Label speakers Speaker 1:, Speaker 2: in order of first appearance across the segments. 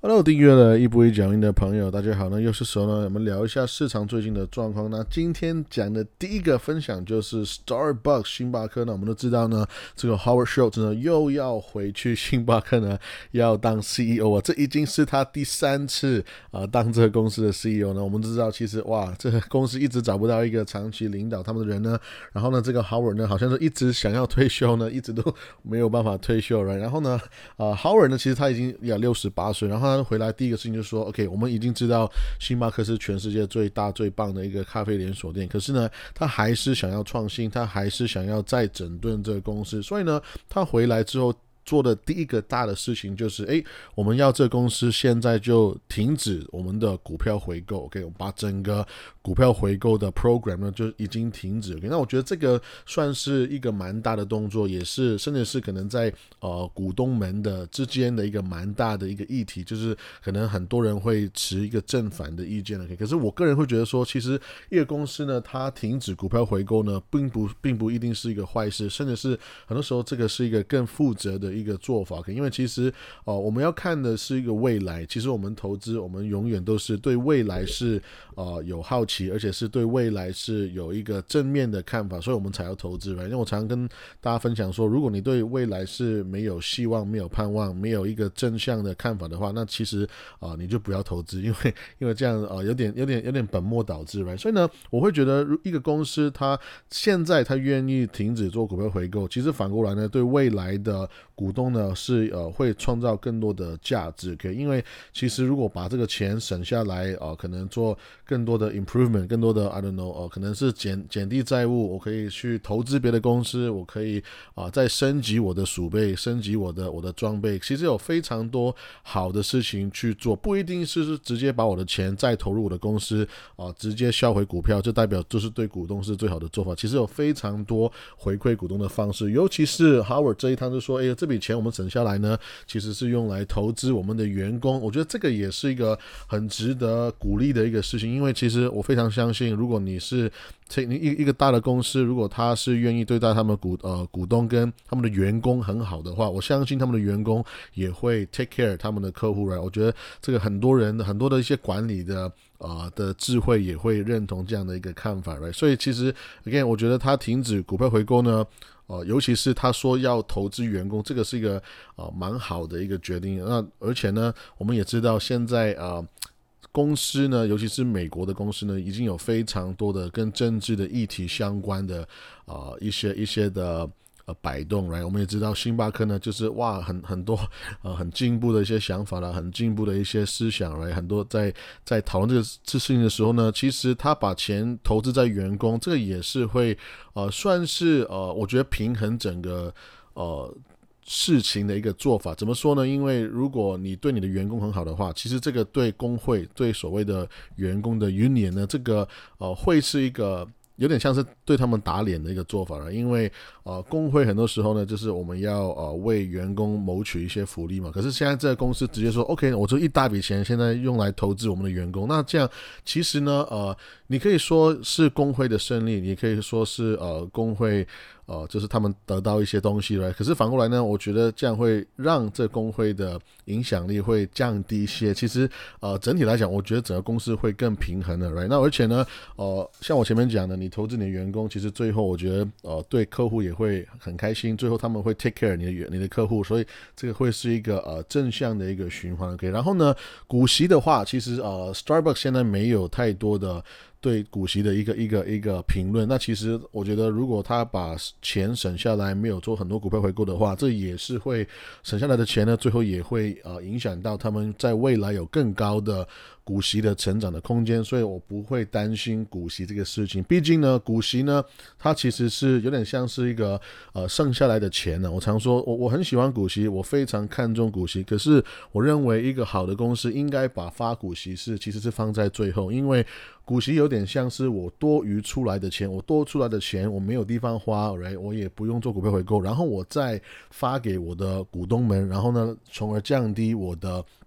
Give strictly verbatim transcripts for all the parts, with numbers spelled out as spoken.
Speaker 1: Hello，订阅了一步一脚印的朋友，大家好呢，又是时候呢，我们聊一下市场最近的状况。那今天讲的第一个分享就是 Starbucks 星巴克呢，我们都知道呢，这个 Howard Schultz 呢又要回去星巴克呢，要当 C E O 啊，这已经是他第三次啊、呃、当这个公司的 C E O 呢。我们都知道，其实哇，这个公司一直找不到一个长期领导他们的人呢，然后呢，这个 Howard 呢，好像是一直想要退休呢，一直都没有办法退休了。然后呢，呃，Howard 呢，其实他已经要六十八岁，然后他回来第一个事情就是说 ，OK， 我们已经知道星巴克是全世界最大最棒的一个咖啡连锁店，可是呢，他还是想要创新，他还是想要再整顿这个公司，所以呢，他回来之后做的第一个大的事情就是，哎，我们要这公司现在就停止我们的股票回购 ，OK， 我们把整个股票回购的 program 呢就已经停止 ，OK， 那我觉得这个算是一个蛮大的动作，也是甚至是可能在呃股东们的之间的一个蛮大的一个议题，就是可能很多人会持一个正反的意见 ，OK， 可是我个人会觉得说，其实一个公司呢，它停止股票回购呢，并不并不一定是一个坏事，甚至是很多时候这个是一个更负责的一个做法，因为其实呃我们要看的是一个未来，其实我们投资我们永远都是对未来是呃有好奇，而且是对未来是有一个正面的看法，所以我们才要投资。因为我常常跟大家分享说，如果你对未来是没有希望、没有盼望、没有一个正向的看法的话，那其实呃你就不要投资，因为因为这样呃有点有点有点本末倒置。所以呢，我会觉得一个公司它现在它愿意停止做股票回购，其实反过来呢，对未来的股东呢是呃会创造更多的价值， OK， 因为其实如果把这个钱省下来呃可能做更多的 improvement， 更多的 I don't know 呃可能是减减低债务，我可以去投资别的公司，我可以啊、呃、再升级我的储备，升级我的我的装备，其实有非常多好的事情去做，不一定是直接把我的钱再投入我的公司啊、呃、直接销回股票，就代表就是对股东是最好的做法。其实有非常多回馈股东的方式，尤其是 Howard 这一趟就说，哎，这笔钱我们省下来呢，其实是用来投资我们的员工，我觉得这个也是一个很值得鼓励的一个事情，因为其实我非常相信，如果你是一个大的公司，如果他是愿意对待他们股呃股东跟他们的员工很好的话，我相信他们的员工也会 take care 他们的客户， right？ 我觉得这个很多人很多的一些管理的呃的智慧也会认同这样的一个看法， right？ 所以其实 again 我觉得他停止股票回购呢，呃，尤其是他说要投资员工，这个是一个呃蛮好的一个决定。那而且呢，我们也知道现在呃公司呢，尤其是美国的公司呢，已经有非常多的跟政治的议题相关的呃一些一些的呃摆动，来，我们也知道星巴克呢，就是哇很很多呃很进步的一些想法啦，很进步的一些思想，来，很多在在讨论这个事情的时候呢，其实他把钱投资在员工，这个也是会呃算是呃我觉得平衡整个呃。事情的一个做法怎么说呢？因为如果你对你的员工很好的话，其实这个对工会、对所谓的员工的 union 呢，这个呃会是一个有点像是对他们打脸的一个做法了，因为呃工会很多时候呢，就是我们要呃为员工谋取一些福利嘛。可是现在这个公司直接说 ，OK， 我这一大笔钱现在用来投资我们的员工，那这样其实呢，呃，你可以说是工会的胜利，你可以说是呃工会。呃，就是他们得到一些东西了，可是反过来呢，我觉得这样会让这工会的影响力会降低一些。其实，呃，整体来讲，我觉得整个公司会更平衡的 ，right？ 那而且呢，呃，像我前面讲的，你投资你的员工，其实最后我觉得，呃，对客户也会很开心，最后他们会 take care 你的你的客户，所以这个会是一个呃正向的一个循环。OK， 然后呢，股息的话，其实呃，Starbucks 现在没有太多的。对股息的一个一个一个评论，那其实我觉得，如果他把钱省下来，没有做很多股票回购的话，这也是会省下来的钱呢，最后也会呃影响到他们在未来有更高的股息的成长的空间，所以我不会担心股息这个事情。毕竟呢，股息呢，它其实是有点像是一个呃剩下来的钱呢。我常说，我我很喜欢股息，我非常看重股息，可是我认为一个好的公司应该把发股息是其实是放在最后，因为股息有点像是我多余出来的钱，我多出来的钱我没有地方花， right？ 我也不用做股票回购，然后我再发给我的股东们，然后呢，从而降低我的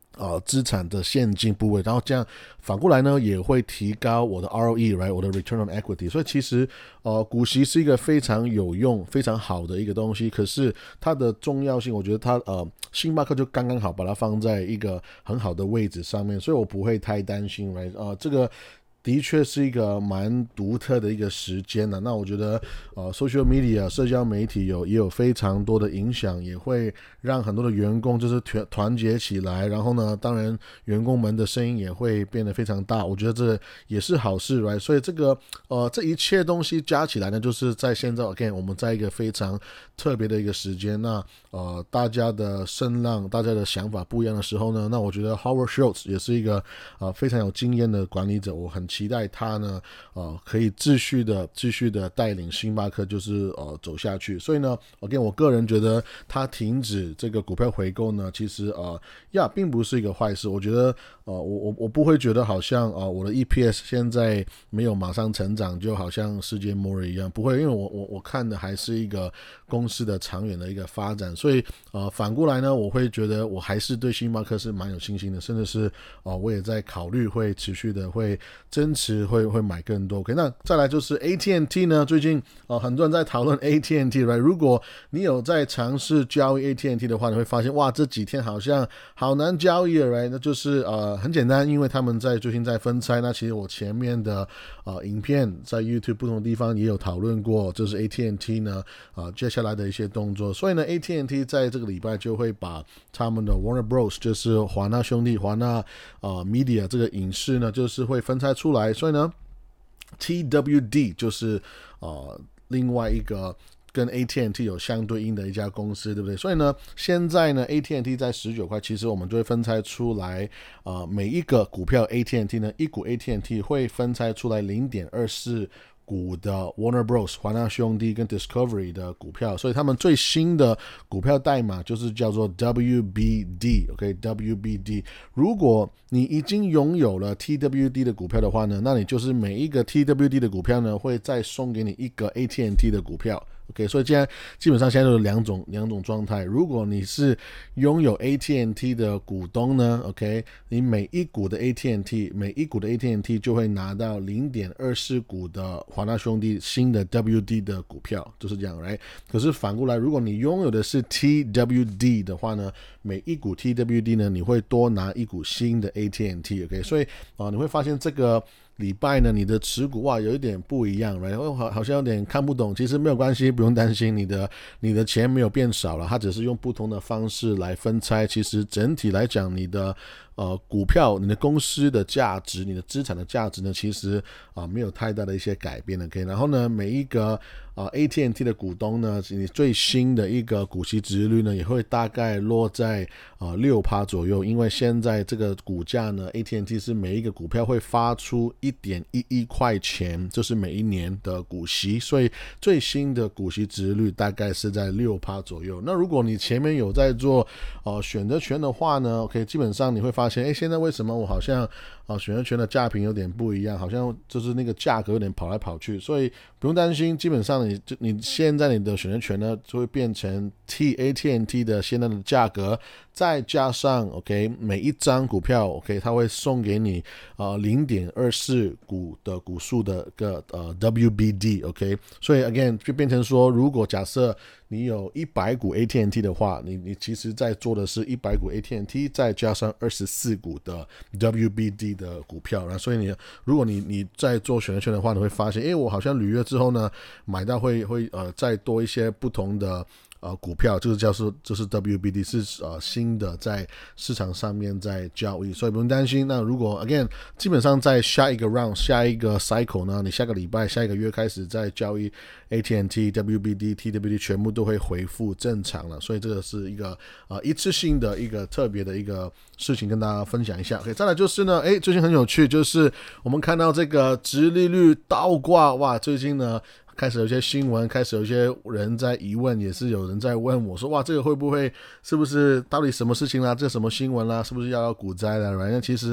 Speaker 1: 呃，资产的现金部位，然后这样反过来呢，也会提高我的 R O E，right， 我的 Return on Equity。所以其实呃，股息是一个非常有用、非常好的一个东西。可是它的重要性，我觉得它呃，星巴克就刚刚好把它放在一个很好的位置上面，所以我不会太担心，right，呃，这个。的确是一个蛮独特的一个时间、啊、那我觉得呃 social media 社交媒体有也有非常多的影响，也会让很多的员工就是团团结起来，然后呢当然员工们的声音也会变得非常大，我觉得这也是好事 right？ 所以这个呃这一切东西加起来呢，就是在现在 again 我们在一个非常特别的一个时间，那呃大家的声浪大家的想法不一样的时候呢，那我觉得 Howard Schultz 也是一个呃非常有经验的管理者，我很期待他呢，呃，可以继续的、继续的带领星巴克，就是呃走下去。所以呢 ，again， 我个人觉得他停止这个股票回购呢，其实呃呀，并不是一个坏事。我觉得呃，我我我不会觉得好像呃我的 E P S 现在没有马上成长，就好像世界末日一样，不会，因为我我我看的还是一个公司的长远的一个发展。所以呃，反过来呢，我会觉得我还是对星巴克是蛮有信心的，甚至是呃我也在考虑会持续的会。增持会会买更多 ，OK， 那再来就是 A T and T 呢，最近呃很多人在讨论 A T and T，right？ 如果你有在尝试交易 A T and T 的话，你会发现哇，这几天好像好难交易了 ，right？ 那就是呃很简单，因为他们在最近在分拆。那其实我前面的呃影片在 YouTube 不同的地方也有讨论过，就是 A T and T 呢呃接下来的一些动作。所以呢 ，A T and T 在这个礼拜就会把他们的 Warner Bros， 就是华纳兄弟、华纳呃 Media 这个影视呢，就是会分拆出来，所以呢 T W D 就是呃另外一个跟 A T and T 有相对应的一家公司，对不对？所以呢现在呢 A T and T 在十九块，其实我们就会分拆出来呃每一个股票 A T and T 呢，一股 A T and T 会分拆出来 零点二四股的 Warner Bros 华纳兄弟跟 Discovery 的股票，所以他们最新的股票代码就是叫做 W B D， OK W B D。如果你已经拥有了 T W D 的股票的话呢，那你就是每一个 T W D 的股票呢，会再送给你一个 A T and T 的股票。OK， 所以现在基本上现在都有两种两种状态。如果你是拥有 A T and T 的股东呢 ，OK， 你每一股的 A T and T， 每一股的 A T and T 就会拿到 零点二四股的华纳兄弟新的 W D 的股票，就是这样 ，right？ 可是反过来，如果你拥有的是 T W D 的话呢，每一股 T W D 呢，你会多拿一股新的 A T and T，OK， 所以啊、呃，你会发现这个。礼拜呢，你的持股哇有一点不一样，然后好好像有点看不懂，其实没有关系，不用担心，你的你的钱没有变少了，它只是用不同的方式来分拆，其实整体来讲，你的呃股票、你的公司的价值、你的资产的价值呢，其实啊、呃、没有太大的一些改变的 ，OK， 然后呢，每一个啊、呃、A T and T 的股东呢，你最新的一个股息殖利率呢，也会大概落在啊六趴左右，因为现在这个股价呢 ，A T and T 是每一个股票会发出一点一一块钱，就是每一年的股息，所以最新的股息殖利率大概是在六趴左右。那如果你前面有在做呃选择权的话呢 ，OK， 基本上你会发现，哎，现在为什么我好像啊、呃、选择权的价评有点不一样，好像就是那个价格有点跑来跑去，所以不用担心，基本上你你现在你的选择权呢就会变成 T A T and T 的现在的价格，再加上 OK 每一张股票 OK 它会送给你呃 零点二四股的股数的个呃 W B D OK， 所以 again 就变成说，如果假设你有一百股 A T and T 的话，你你其实在做的是一百股 A T and T 再加上二十四股的 W B D 的股票，然后所以你如果你你在做选择权的话，你会发现，诶，我好像履约之后呢，买到会会呃再多一些不同的。呃，股票就是叫是就是 W B D 是呃新的在市场上面在交易，所以不用担心。那如果 again 基本上在下一个 round 下一个 cycle 呢，你下个礼拜下一个月开始在交易 A T and T、W B D、T W D 全部都会恢复正常了，所以这个是一个呃一次性的一个特别的一个事情跟大家分享一下。OK， 再来就是呢，诶，最近很有趣，就是我们看到这个殖利率倒挂，哇，最近呢。开始有一些新闻，开始有一些人在疑问，也是有人在问我说：“哇，这个会不会是不是到底什么事情啦？这什么新闻啦？是不是要要股灾了？”然后其实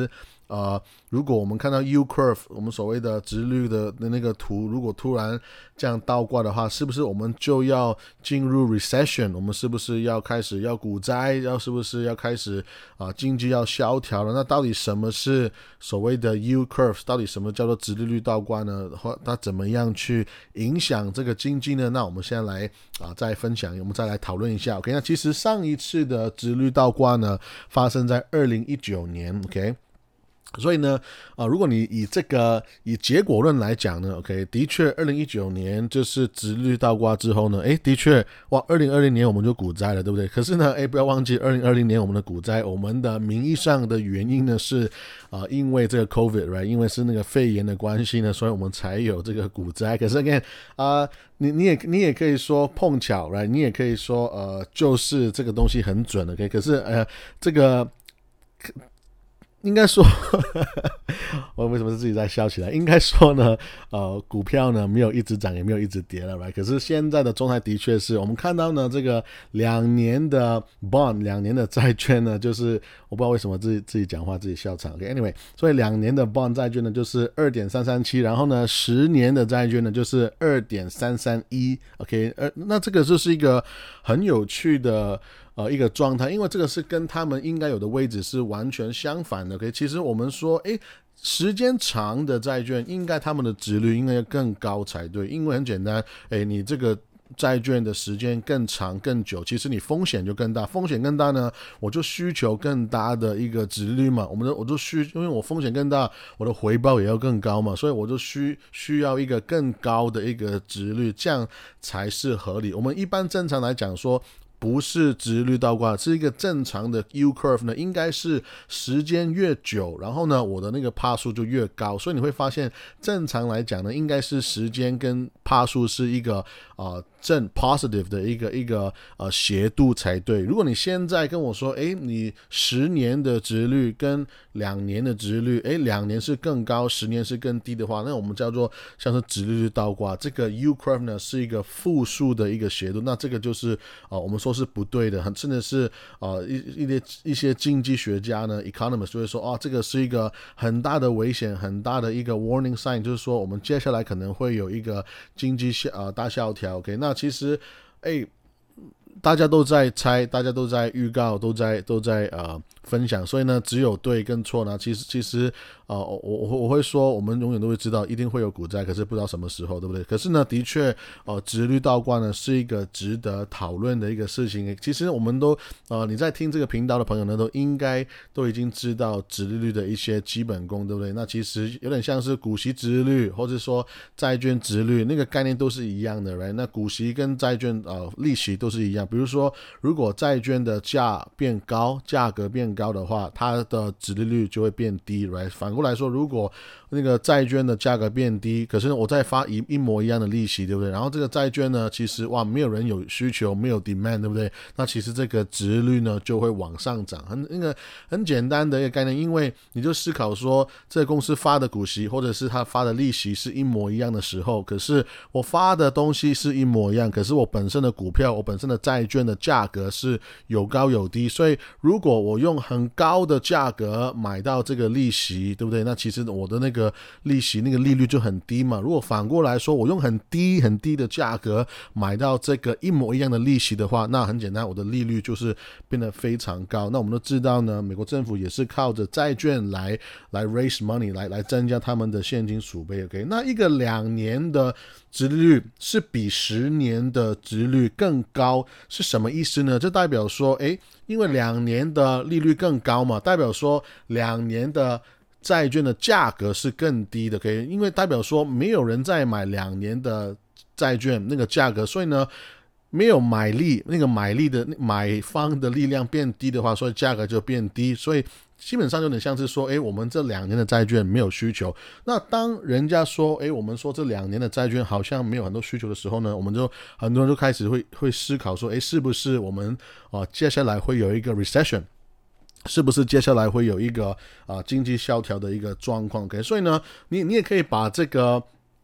Speaker 1: 呃，如果我们看到 U curve， 我们所谓的殖利率的那个图，如果突然这样倒挂的话，是不是我们就要进入 recession？ 我们是不是要开始要股灾？要是不是要开始啊、呃、经济要萧条了？那到底什么是所谓的 U curve？ 到底什么叫做殖利率倒挂呢？或它怎么样去影响这个经济呢？那我们现在来啊、呃、再分享，我们再来讨论一下。OK， 那其实上一次的殖利率倒挂呢，发生在二零一九年。OK。所以呢，啊、呃，如果你以这个以结果论来讲呢 ，OK， 的确，二零一九年就是殖利率倒挂之后呢，诶，的确，哇，二零二零年我们就股灾了，对不对？可是呢，诶，不要忘记，二零二零年我们的股灾，我们的名义上的原因呢是啊、呃，因为这个 COVID，right， 因为是那个肺炎的关系呢，所以我们才有这个股灾。可是 again， 啊、呃，你你也你也可以说碰巧 ，right， 你也可以说呃，就是这个东西很准 ，OK， 可是呃，这个。应该说我为什么是自己在笑起来？应该说呢，呃，股票呢没有一直涨，也没有一直跌了 ，right？ 可是现在的状态的确是我们看到呢，这个两年的 bond， 两年的债券呢，就是我不知道为什么自己自己讲话自己笑场。OK，anyway， 所以两年的 bond 债券呢就是 二点三三七， 然后呢，十年的债券呢就是 二点三三一。OK， 呃，那这个就是一个很有趣的。呃，一个状态，因为这个是跟他们应该有的位置是完全相反的。OK， 其实我们说，诶，时间长的债券应该他们的殖利率应该更高才对，因为很简单，诶，你这个债券的时间更长更久，其实你风险就更大，风险更大呢，我就需求更大的一个殖利率嘛，我们的我就需，因为我风险更大，我的回报也要更高嘛，所以我就需需要一个更高的一个殖利率，这样才是合理。我们一般正常来讲说。不是殖利率倒挂，是一个正常的 U curve 呢，应该是时间越久，然后呢，我的那个帕数就越高，所以你会发现，正常来讲呢，应该是时间跟帕数是一个呃正 positive 的一个一个呃斜度才对。如果你现在跟我说，诶，你十年的殖利率跟两年的殖利率，诶，两年是更高，十年是更低的话，那我们叫做像是殖利率倒挂。这个 U curve 呢是一个负数的一个斜度，那这个就是呃我们说是不对的，甚至是呃一一些一些经济学家呢 ，economist 就会说，哦，这个是一个很大的危险，很大的一个 warning sign， 就是说我们接下来可能会有一个经济呃大萧条。OK， 那其实，哎，大家都在猜，大家都在预告，都在都在呃分享，所以呢，只有对跟错呢。其实其实呃，我我我会说，我们永远都会知道，一定会有股灾，可是不知道什么时候，对不对？可是呢，的确，呃，殖利率倒挂呢是一个值得讨论的一个事情。其实我们都呃，你在听这个频道的朋友呢，都应该都已经知道殖利率的一些基本功，对不对？那其实有点像是股息殖利率，或者说债券殖利率，那个概念都是一样的 ，right？ 那股息跟债券呃利息都是一样。比如说，如果债券的价变高，价格变高的话，它的殖利率就会变低 ，right？ 反过来说，如果那个债券的价格变低，可是我再发一一模一样的利息，对不对？然后这个债券呢，其实哇，没有人有需求，没有 demand， 对不对？那其实这个殖利率呢就会往上涨，很那个很简单的一个概念，因为你就思考说，这个公司发的股息或者是他发的利息是一模一样的时候，可是我发的东西是一模一样，可是我本身的股票，我本身的债券的价格是有高有低，所以如果我用很高的价格买到这个利息，对不对？那其实我的那个利息那个利率就很低嘛。如果反过来说，我用很低很低的价格买到这个一模一样的利息的话，那很简单，我的利率就是变得非常高。那我们都知道呢，美国政府也是靠着债券来来 raise money 来来增加他们的现金储备。OK， 那一个两年的殖利率是比十年的殖利率更高，是什么意思呢？这代表说，诶，因为两年的利率更高嘛，代表说两年的债券的价格是更低的， OK？ 因为代表说没有人在买两年的债券那个价格，所以呢，没有买力，那个买力的买方的力量变低的话，所以价格就变低，所以基本上有点像是说，诶，我们这两年的债券没有需求。那当人家说，诶，我们说这两年的债券好像没有很多需求的时候呢，我们就很多人就开始会会思考说，诶，是不是我们呃接下来会有一个 recession？是不是接下来会有一个、呃、经济萧条的一个状况？ OK， 所以呢，你你也可以把这个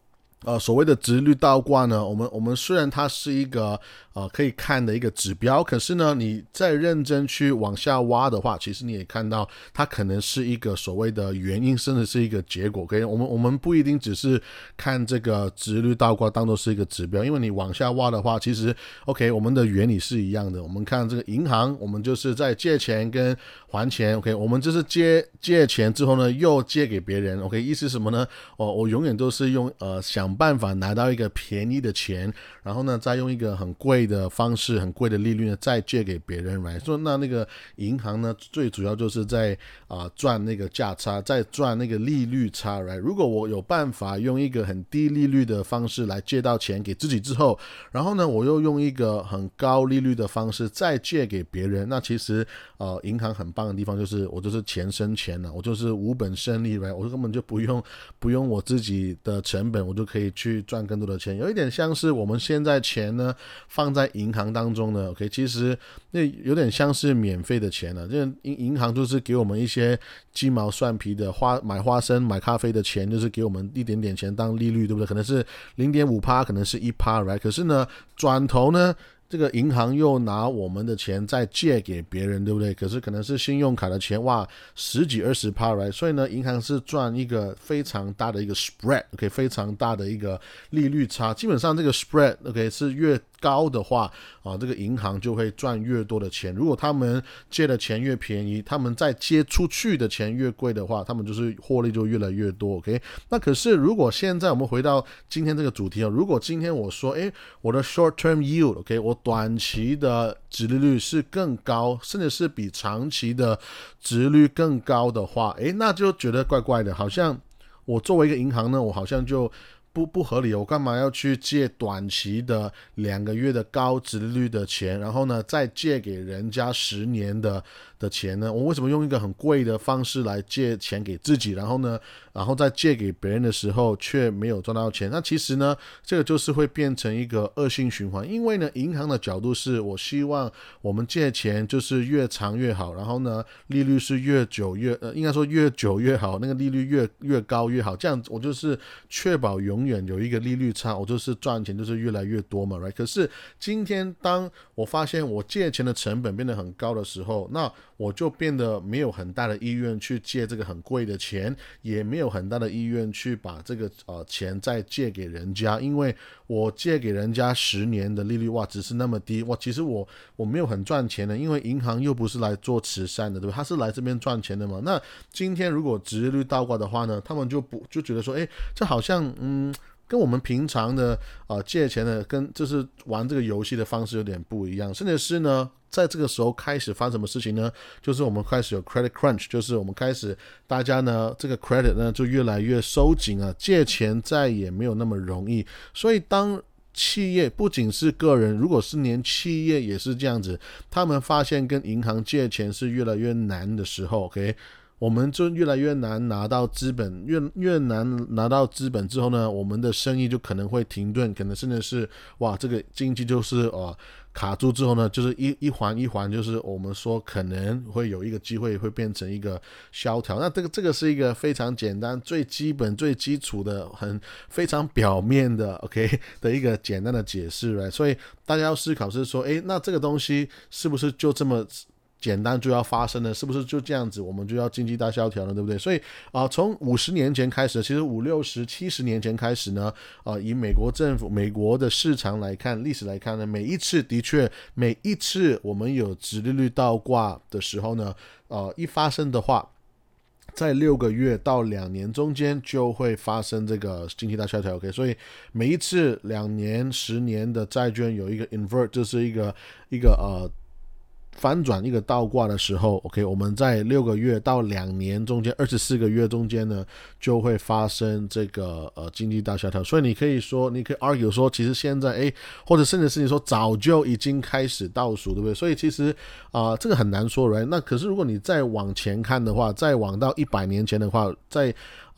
Speaker 1: 呃，所谓的殖利率倒挂呢，我们我们虽然它是一个呃可以看的一个指标，可是呢，你再认真去往下挖的话，其实你也看到它可能是一个所谓的原因，甚至是一个结果。OK，我们我们不一定只是看这个殖利率倒挂当做是一个指标，因为你往下挖的话，其实 OK， 我们的原理是一样的。我们看这个银行，我们就是在借钱跟还钱 ，OK， 我们就是借借钱之后呢，又借给别人 ，OK， 意思是什么呢？哦，我永远都是用呃想办法拿到一个便宜的钱，然后呢，再用一个很贵的方式、很贵的利率呢，再借给别人来。所以那那个银行呢，最主要就是在啊、呃、赚那个价差，在赚那个利率差来。如果我有办法用一个很低利率的方式来借到钱给自己之后，然后呢，我又用一个很高利率的方式再借给别人，那其实呃银行很棒的地方就是我就是钱生钱了，我就是无本生利，我根本就不用不用我自己的成本，我就可以去赚更多的钱。有一点像是我们现在钱呢放在银行当中呢 OK， 其实那有点像是免费的钱了，因为银行就是给我们一些鸡毛蒜皮的花买花生买咖啡的钱，就是给我们一点点钱当利率，对不对？可能是 零点五%， 可能是 百分之一， right？ 可是呢转头呢这个银行又拿我们的钱再借给别人，对不对？可是可能是信用卡的钱，哇，十几二十趴 ，right？ 所以呢，银行是赚一个非常大的一个 spread，OK， 非常大的一个利率差。基本上这个 spread，OK， 是越高的话啊，这个银行就会赚越多的钱。如果他们借的钱越便宜，他们再借出去的钱越贵的话，他们就是获利就越来越多。OK， 那可是如果现在我们回到今天这个主题哦，如果今天我说，哎，我的 short term yield，OK， 我短期的殖利率是更高，甚至是比长期的殖利率更高的话，诶，那就觉得怪怪的，好像我作为一个银行呢，我好像就不不合理，我干嘛要去借短期的两个月的高殖利率的钱，然后呢再借给人家十年的的钱呢？我为什么用一个很贵的方式来借钱给自己，然后呢，然后再借给别人的时候却没有赚到钱？那其实呢，这个就是会变成一个恶性循环，因为呢，银行的角度是我希望我们借钱就是越长越好，然后呢，利率是越久越呃，应该说越久越好，那个利率越越高越好，这样我就是确保永远有一个利率差，我就是赚钱就是越来越多嘛 ，right？ 可是今天当我发现我借钱的成本变得很高的时候，那我就变得没有很大的意愿去借这个很贵的钱，也没有很大的意愿去把这个呃钱再借给人家，因为我借给人家十年的利率哇只是那么低哇，其实我我没有很赚钱的，因为银行又不是来做慈善的，对吧？他是来这边赚钱的嘛。那今天如果殖利率倒挂的话呢，他们就不就觉得说，哎，这好像嗯。跟我们平常的呃借钱的跟就是玩这个游戏的方式有点不一样，甚至是呢在这个时候开始发生什么事情呢？就是我们开始有 credit crunch， 就是我们开始大家呢这个 credit 呢就越来越收紧啊，借钱再也没有那么容易。所以当企业不仅是个人，如果是连企业也是这样子，他们发现跟银行借钱是越来越难的时候 OK，我们就越来越难拿到资本，越越难拿到资本之后呢，我们的生意就可能会停顿，可能甚至是哇，这个经济就是呃卡住之后呢，就是一一环一环，就是我们说可能会有一个机会会变成一个萧条。那这个这个是一个非常简单、最基本、最基础的、很非常表面的 OK 的一个简单的解释 right？ 所以大家要思考是说，哎，那这个东西是不是就这么简单就要发生了？是不是就这样子我们就要经济大萧条了，对不对？所以啊、呃，从五十年前开始，其实五六十七十年前开始呢，呃，以美国政府、美国的市场来看，历史来看呢，每一次的确，每一次我们有殖利率倒挂的时候呢，呃，一发生的话，在六个月到两年中间就会发生这个经济大萧条 ，OK， 所以每一次两年、十年的债券有一个 invert， 就是一个一个呃。翻转一个倒挂的时候 OK， 我们在六个月到两年中间二十四个月中间呢就会发生这个呃经济大萧条。所以你可以说你可以 argue 说其实现在诶，或者甚至是你说早就已经开始倒数，对不对？所以其实啊、呃、这个很难说 right？ 那可是如果你再往前看的话，再往到一百年前的话，在啊、呃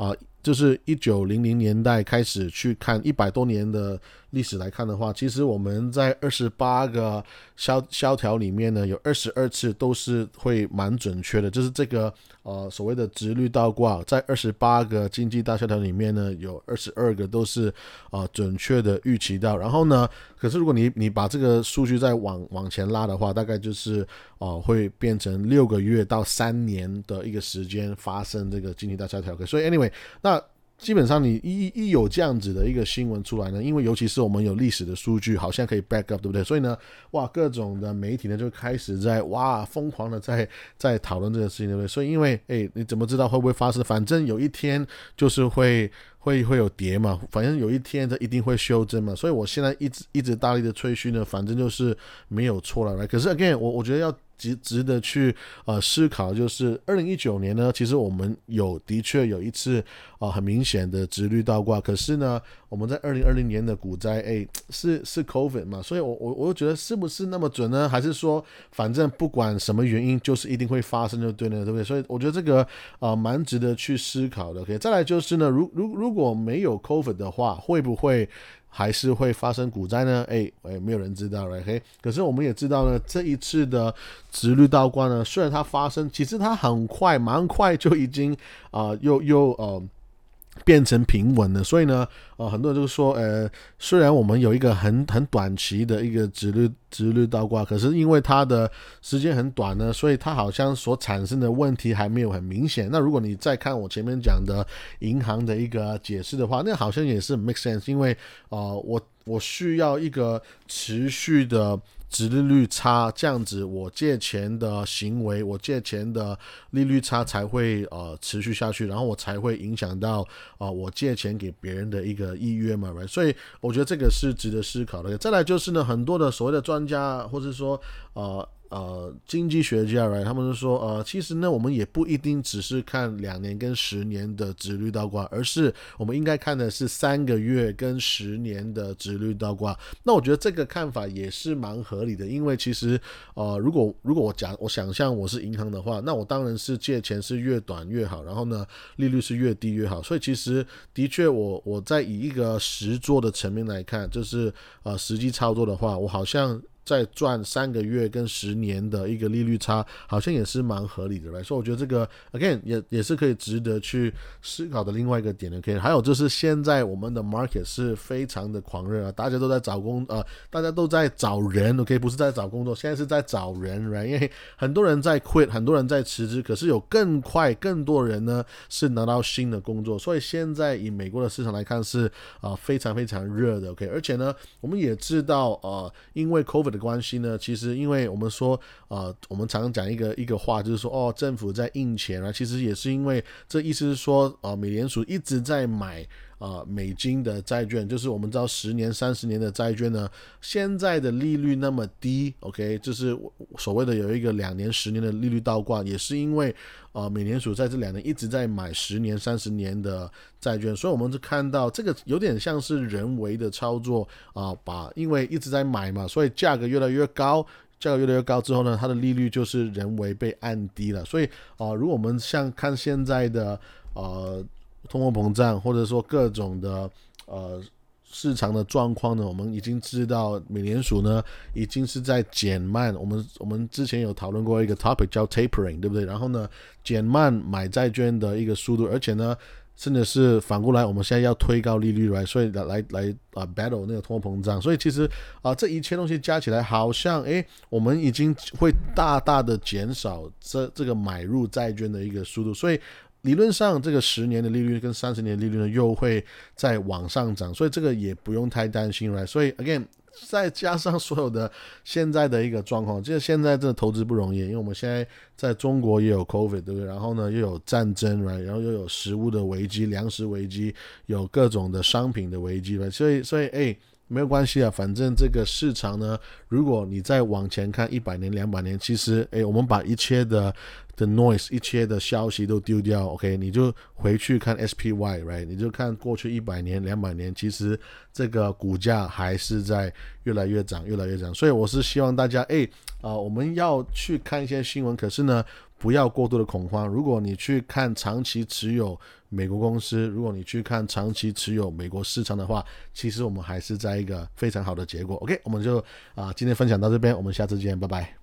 Speaker 1: 就是一九零零年代开始去看一百多年的历史来看的话，其实我们在二十八个萧萧条里面呢，有二十二次都是会蛮准确的，就是这个呃所谓的直率倒挂，在二十八个经济大萧条里面呢，有二十二个都是呃准确的预期到。然后呢，可是如果你你把这个数据再往往前拉的话，大概就是呃会变成六个月到三年的一个时间发生这个经济大萧条。所以 anyway， 那基本上你一一有这样子的一个新闻出来呢，因为尤其是我们有历史的数据，好像可以 back up， 对不对？所以呢，哇，各种的媒体呢就开始在哇疯狂的在在讨论这个事情，对不对？所以因为哎，你怎么知道会不会发生？反正有一天就是会会会有跌嘛，反正有一天它一定会修正嘛。所以我现在一直一直大力的吹嘘呢，反正就是没有错了。Right？ 可是 again， 我我觉得要值值得去呃思考，就是二零一九年呢，其实我们有的确有一次呃很明显的殖率倒挂，可是呢，我们在二零二零年的股灾，哎，是是 COVID 嘛，所以我我我觉得是不是那么准呢？还是说反正不管什么原因，就是一定会发生就对了，对不对？所以我觉得这个呃蛮值得去思考的。OK， 再来就是呢，如如如果没有 COVID 的话，会不会还是会发生股灾呢？哎，没有人知道了。OK， 可是我们也知道呢，这一次的殖率倒挂呢，虽然它发生，其实它很快，蛮快就已经啊、呃，又又呃。变成平稳了，所以呢，呃，很多人就说，呃，虽然我们有一个很很短期的一个殖率殖率倒挂，可是因为它的时间很短呢，所以它好像所产生的问题还没有很明显。那如果你再看我前面讲的银行的一个解释的话，那好像也是 make sense， 因为呃，我我需要一个持续的殖利率差，这样子我借钱的行为，我借钱的利率差才会呃持续下去，然后我才会影响到呃我借钱给别人的一个意愿嘛 ，right？ 所以我觉得这个是值得思考的。再来就是呢，很多的所谓的专家，或是说呃。呃，经济学家 right， 他们就说，呃，其实呢，我们也不一定只是看两年跟十年的殖率倒挂，而是我们应该看的是三个月跟十年的殖率倒挂。那我觉得这个看法也是蛮合理的，因为其实，呃，如果如果我讲我想象我是银行的话，那我当然是借钱是越短越好，然后呢，利率是越低越好。所以其实的确我，我我在以一个实作的层面来看，就是呃实际操作的话，我好像在赚三个月跟十年的一个利率差，好像也是蛮合理的来所以我觉得这个 again 也也是可以值得去思考的另外一个点 OK， 还有就是现在我们的 market 是非常的狂热啊，大家都在找工呃，大家都在找人 OK， 不是在找工作，现在是在找人 right， 因为很多人在 quit， 很多人在辞职，可是有更快更多人呢是拿到新的工作，所以现在以美国的市场来看是啊、呃、非常非常热的 OK， 而且呢我们也知道呃因为 COVID的关系呢，其实因为我们说呃，我们常常讲一个一个话，就是说哦，政府在印钱啊，其实也是因为这意思是说，呃，美联储一直在买呃美金的债券，就是我们知道十年、三十年的债券呢，现在的利率那么低 ，OK， 就是所谓的有一个两年、十年的利率倒挂，也是因为呃美联储在这两年一直在买十年、三十年的债券，所以我们就看到这个有点像是人为的操作啊、呃，把因为一直在买嘛，所以价格越来越高。价格越来越高之后呢，它的利率就是人为被按低了。所以啊、呃，如果我们像看现在的呃通货膨胀，或者说各种的呃市场的状况呢，我们已经知道美联储呢已经是在减慢。我们我们之前有讨论过一个 topic 叫 tapering， 对不对？然后呢，减慢买债券的一个速度，而且呢。甚至是反过来，我们现在要推高利率来，所以来来来啊、呃、battle 那个通货膨胀，所以其实啊、呃、这一切东西加起来，好像诶我们已经会大大的减少这这个买入债券的一个速度，所以理论上这个十年的利率跟三十年的利率呢又会再往上涨，所以这个也不用太担心了。所以 again。再加上所有的现在的一个状况，就是现在这个投资不容易，因为我们现在在中国也有 COVID， 对不对？然后呢又有战争，然后又有食物的危机、粮食危机，有各种的商品的危机，所以所以哎。没有关系啊，反正这个市场呢，如果你再往前看一百年、两百年，其实，哎，我们把一切的的 noise、一切的消息都丢掉 ，OK， 你就回去看 S P Y，right？ 你就看过去一百年、两百年，其实这个股价还是在越来越涨、越来越涨。所以我是希望大家，哎，啊、呃，我们要去看一些新闻，可是呢， 不要过度的恐慌。如果你去看长期持有美国公司，如果你去看长期持有美国市场的话，其实我们还是在一个非常好的结果。 OK， 我们就、呃、今天分享到这边，我们下次见，拜拜。